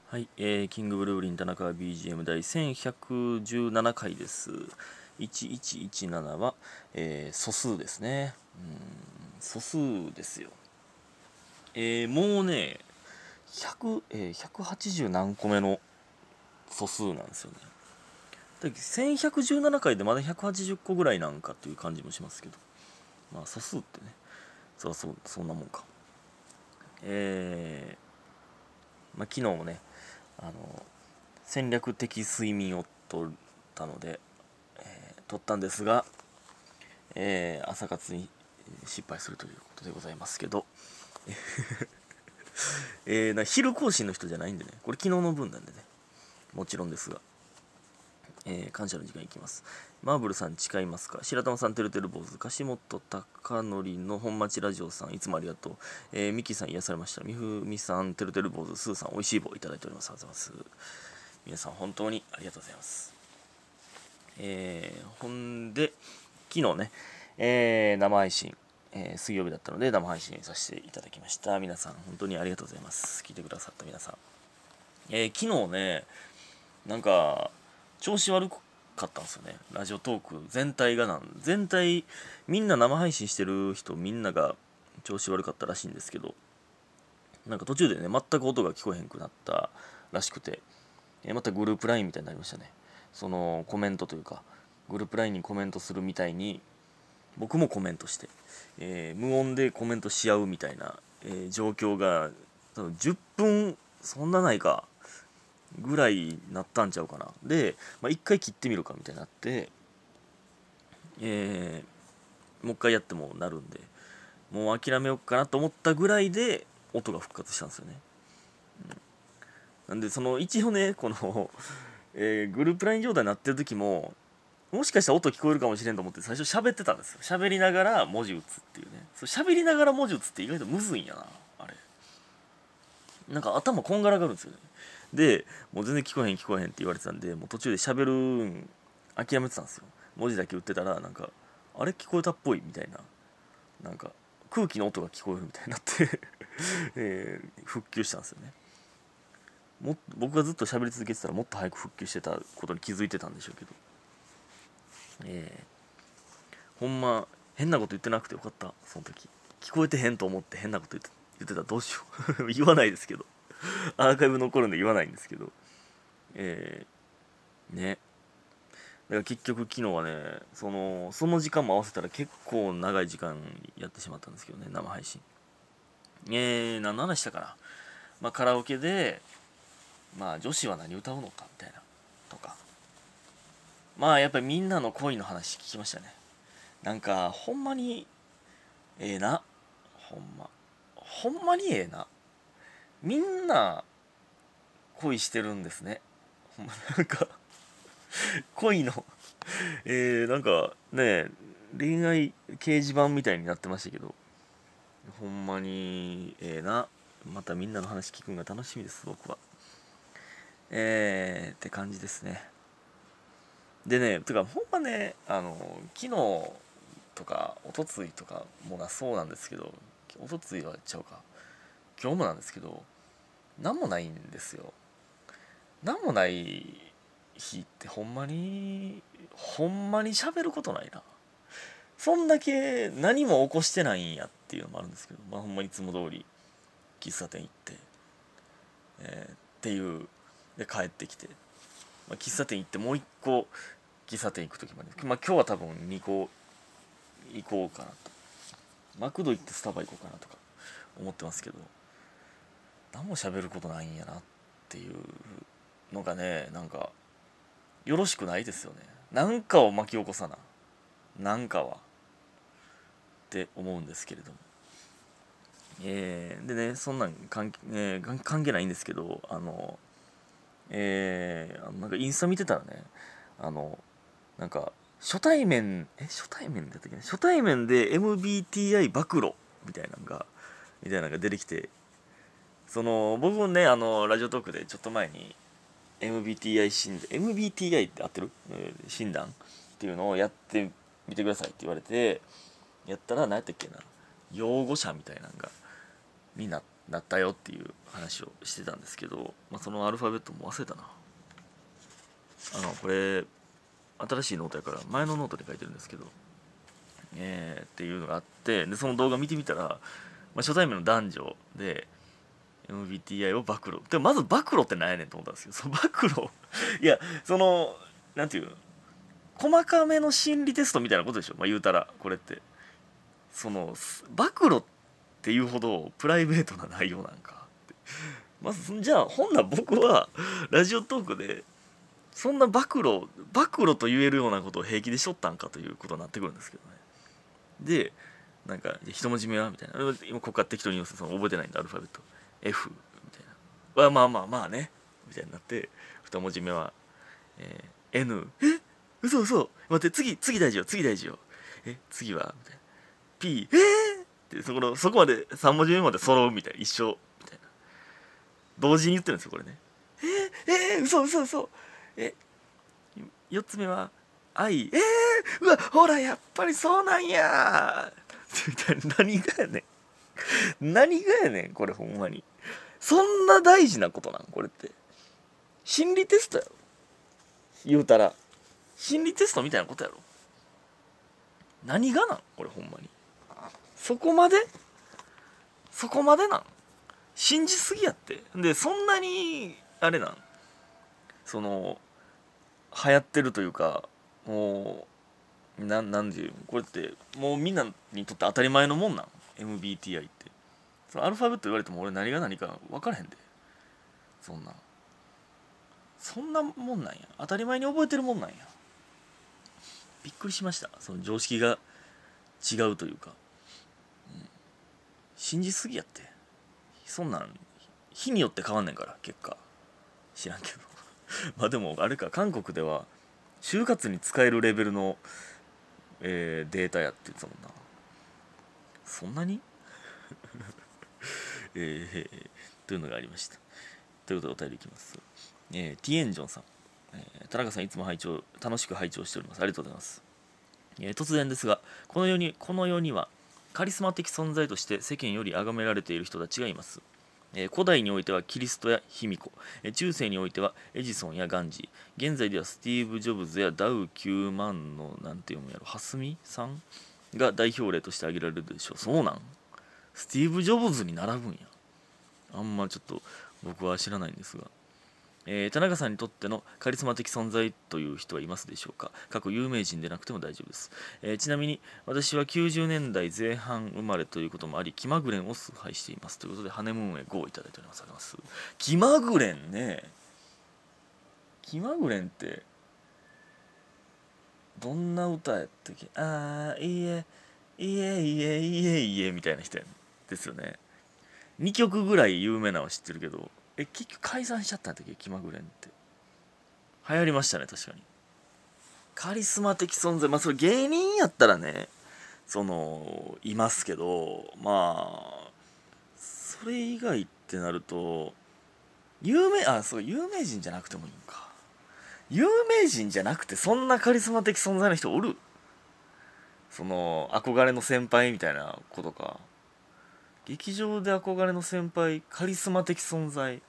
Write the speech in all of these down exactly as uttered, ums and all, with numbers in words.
はい、えー、キングブルーリン田中 ビージーエム 第せんひゃくじゅうななかいです。いちいちいちななは、えー、素数ですね。うん、素数ですよ。えー、もうね、ひゃく、えー、ひゃくはちじゅう何個目の素数なんですよね。だせんひゃくじゅうななかいでまだひゃくはちじゅっこぐらいなんかっていう感じもしますけど。まあ素数ってね、そそうそんなもんか。えー、まあ昨日もね、あの戦略的睡眠をとったので、えー、取ったんですが、えー、朝活に失敗するということでございますけど、えー、な昼更新の人じゃないんでね、これ昨日の分なんでね、もちろんですが、えー、感謝の時間いきます。マーブルさん誓いますか？白玉さん、てるてる坊主、樫本貴則の本町ラジオさん、いつもありがとう。えー、ミキさん癒されました。みふみさん、てるてる坊主、スーさん、おいしい棒いただいております。ありがとうございます。皆さん本当にありがとうございます。えー、ほんで、昨日ね、えー、生配信、えー、水曜日だったので生配信させていただきました。皆さん本当にありがとうございます。聞いてくださった皆さん。えー、昨日ね、なんか、調子悪かったんですよね。ラジオトーク全体がなん、全体、みんな生配信してる人みんなが調子悪かったらしいんですけど、なんか途中でね、全く音が聞こえへんくなったらしくて、えー、またグループ ライン みたいになりましたね。そのコメントというか、グループ ライン にコメントするみたいに、僕もコメントして、えー、無音でコメントし合うみたいな、えー、状況が多分じゅっぷんそんなないかぐらいなったんちゃうかな。で、まあ、いっかい切ってみるかみたいになって、えー、もう一回やってもなるんで、もう諦めようかなと思ったぐらいで音が復活したんですよね。うん、なんでその一応ねこのえー、グループ ライン 状態になってる時ももしかしたら音聞こえるかもしれんと思って最初喋ってたんですよ。喋りながら文字打つっていうね。そう喋りながら文字打つって意外とむずいんやな、あれ。なんか頭こんがらがるんですよね。で、もう全然聞こえへん聞こえへんって言われてたんで、もう途中で喋るん諦めてたんですよ。文字だけ打ってたら、なんか、あれ聞こえたっぽいみたいな。なんか、空気の音が聞こえるみたいになってえー、復旧したんですよね。も僕がずっと喋り続けてたらもっと早く復旧してたことに気づいてたんでしょうけど、えー、ほんま変なこと言ってなくてよかった。その時聞こえてへんと思って変なこと言って言ってたらどうしよう言わないですけどアーカイブ残るんで言わないんですけど、えー、ね、だから結局昨日はねそのその時間も合わせたら結構長い時間やってしまったんですけどね、生配信。えー、何の話したかな。まあカラオケでまあ女子は何歌うのかみたいなとか、まあやっぱりみんなの恋の話聞きましたね。なんかほんまにええな、ほんまほんまにええな、みんな恋してるんですね。ほんまなんか恋のえー、なんかね恋愛掲示板みたいになってましたけど、ほんまにええな、またみんなの話聞くのが楽しみです僕は。えーって感じですね。でね、てかほんまね、あの昨日とかおとついとかもなそうなんですけど、おとついはちゃうか、今日もなんですけど、何もないんですよ。何もない日ってほんまにほんまに喋ることないな。そんだけ何も起こしてないんやっていうのもあるんですけど、まあほんまいつも通り喫茶店行って、えーっていうで帰ってきて、まあ、喫茶店行ってもう一個喫茶店行く時まで、まあ今日は多分にこ行こうかなと、マクド行ってスタバ行こうかなとか思ってますけど、何も喋ることないんやなっていうのがね、なんかよろしくないですよね。なんかを巻き起こさな、なんかはって思うんですけれども、えー、でねそんなん関係、えー、関係ないんですけど、あのえー、なんかインスタ見てたらね、あのなんか初対面え初対面だったっけね、初対面で エムビーティーアイ 暴露みたいなのがみたいなのが出てきて、その僕もねあのラジオトークでちょっと前に エムビーティーアイ 診断 エムビーティーアイ って合ってる、えー診断っていうのをやってみてくださいって言われてやったら何やったっけな、擁護者みたいなのがになっなったよっていう話をしてたんですけど、まあ、そのアルファベットも忘れたな。あのこれ新しいノートやから前のノートで書いてるんですけど、えー、っていうのがあって、でその動画見てみたら、まあ、初対面の男女で エムビーティーアイ を暴露で、まず暴露ってなんやねんと思ったんですけど、その暴露いやそのなんていう細かめの心理テストみたいなことでしょ、まあ、言うたらこれってその暴露っていうほどプライベートな内容なんかって、まずじゃあほんなら僕はラジオトークでそんな暴露暴露と言えるようなことを平気でしょったんかということになってくるんですけどね。でなんか一文字目はみたいな、今ここから適当に言うんですよ、その覚えてないんでアルファベット F みたいな、まあまあまあまあねみたいになって、二文字目は、えー、N え嘘嘘待って次次大事よ次大事よえ次はみたいな P えーってそこのそこまでさん文字目まで揃うみたいな、一緒みたいな同時に言ってるんですよこれね。えー、えー、嘘嘘嘘えよっつめは愛えー、うわほらやっぱりそうなんやみたいな、何がやねん何がやねんこれほんまにそんな大事なことなんこれって心理テストやろ、言うたら心理テストみたいなことやろ、何がなんこれほんまにそこまでそこまでなん信じすぎやって。でそんなにあれなんその流行ってるというか、もうななんでいうこれってもうみんなにとって当たり前のもんなん エムビーティーアイ って。そのアルファベット言われても俺何が何か分からへんで、そんなそんなもんなんや、当たり前に覚えてるもんなんや。びっくりしました、その常識が違うというか、うん、信じすぎやって。そんなん日によって変わんねんから結果知らんけどまあでもあれか、韓国では就活に使えるレベルの、えー、データやって言ってたもんな。そんなにえー、というのがありました。ということでお便りいきます。えー、ティエンジョンさん、えー、田中さんいつも拝聴楽しく拝聴しております。ありがとうございます。えー、突然ですが、この世にこの世にはカリスマ的存在として世間より崇められている人たちがいます。えー、古代においてはキリストや卑弥呼、えー、中世においてはエジソンやガンジー、現在ではスティーブ・ジョブズやダウきゅうまんのなんて読むやろ、ハスミさんが代表例として挙げられるでしょう。そうなん、スティーブ・ジョブズに並ぶんや。あんまちょっと僕は知らないんですが、えー、田中さんにとってのカリスマ的存在という人はいますでしょうか。過去有名人でなくても大丈夫です。えー、ちなみに私はきゅうじゅうねんだいぜん半生まれということもあり、気まぐれんを崇拝しています。ということでハネムーンへごをいただいております。ありがとうございます。気まぐれんね、気まぐれんってどんな歌やったっけ。あーいえいえいえいえいえみたいな人やんですよね。にきょくぐらい有名なのは知ってるけど、え結局解散しちゃったんだっけ気まぐれんって。流行りましたね確かに。カリスマ的存在、まあそれ芸人やったらねそのいますけど、まあそれ以外ってなると有名あそう有名人じゃなくてもいいんか。有名人じゃなくてそんなカリスマ的存在の人おる？その憧れの先輩みたいなことか。劇場で憧れの先輩カリスマ的存在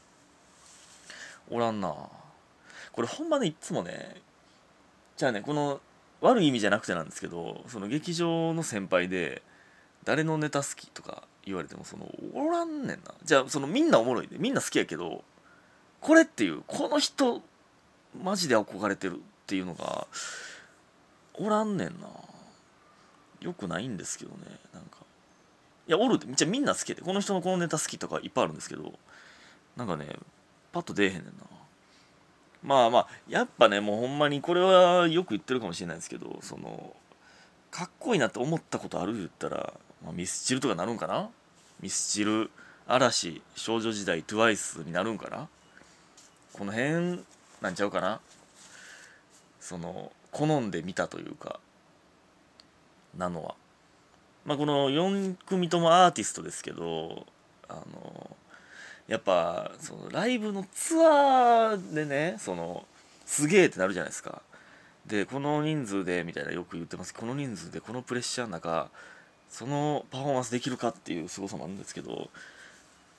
おらんな。これほんまねいっつもね、じゃあねこの悪い意味じゃなくてなんですけど、その劇場の先輩で誰のネタ好きとか言われてもそのおらんねんな。じゃあそのみんなおもろいでみんな好きやけど、これっていうこの人マジで憧れてるっていうのがおらんねんな。よくないんですけどね。なんかいやおるで、じゃあみんな好きでこの人のこのネタ好きとかいっぱいあるんですけど、なんかねパッと出えへんねんな。まあまあやっぱねもうほんまにこれはよく言ってるかもしれないですけど、そのかっこいいなって思ったことある言ったら、まあ、ミスチルとかなるんかな。ミスチル、嵐、少女時代、トゥワイスになるんかな。この辺なんちゃうかな。その好んで見たというかなのは、まあこのよん組ともアーティストですけど、あのやっぱそのライブのツアーでねそのすげえってなるじゃないですか。でこの人数でみたいなよく言ってます。この人数でこのプレッシャーの中そのパフォーマンスできるかっていうすごさもあるんですけど、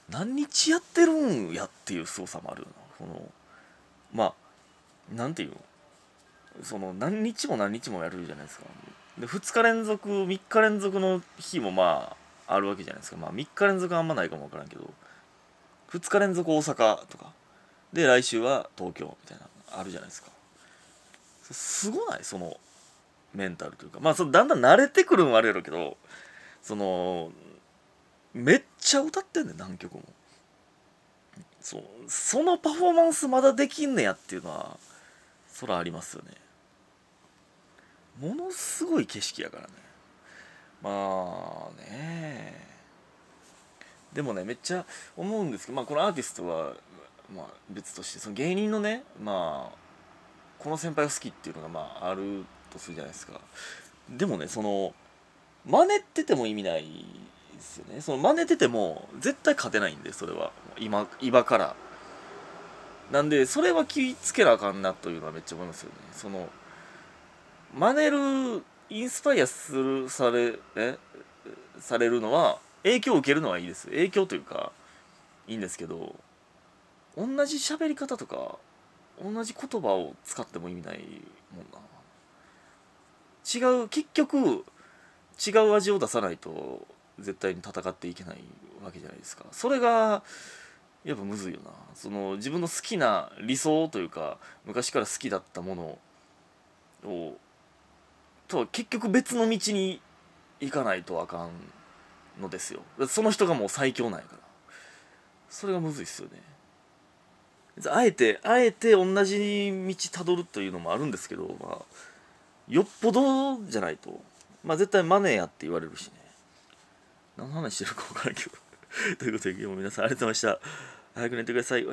何日やってるんやっていう凄さもあるよな。そのまあなんていうその何日も何日もやるじゃないですか。でふつか連続みっか連続の日もまああるわけじゃないですか。まあみっか連続はあんまないかもわからんけど、ふつか連続大阪とかで来週は東京みたいなのあるじゃないですか。すごないそのメンタルというか、まあそのだんだん慣れてくるのもあるやろうけど、そのめっちゃ歌ってんねん何曲も。そうそのパフォーマンスまだできんねやっていうのはそらありますよね。ものすごい景色やからね。まあね、でもねめっちゃ思うんですけど、まあこのアーティストはまあ別として、その芸人のね、まあこの先輩が好きっていうのがまああるとするじゃないですか。でもねその真似てても意味ないですよね。その真似てても絶対勝てないんで、それは今今からなんで、それは気ぃつけなあかんなというのはめっちゃ思いますよね。その真似るインスパイアするされえされるのは、影響を受けるのはいいです。影響というかいいんですけど、同じ喋り方とか同じ言葉を使っても意味ないもんな。違う、結局違う味を出さないと絶対に戦っていけないわけじゃないですか。それがやっぱむずいよな。その自分の好きな理想というか昔から好きだったものをとは結局別の道に行かないとあかんのですよ。その人がもう最強なんやから、それがむずいっすよね。あえてあえて同じ道たどるというのもあるんですけど、まあ、よっぽどじゃないと、まあ絶対マネーやって言われるしね。何の話してるか分からんけどということで今日も皆さんありがとうございました。早く寝てください。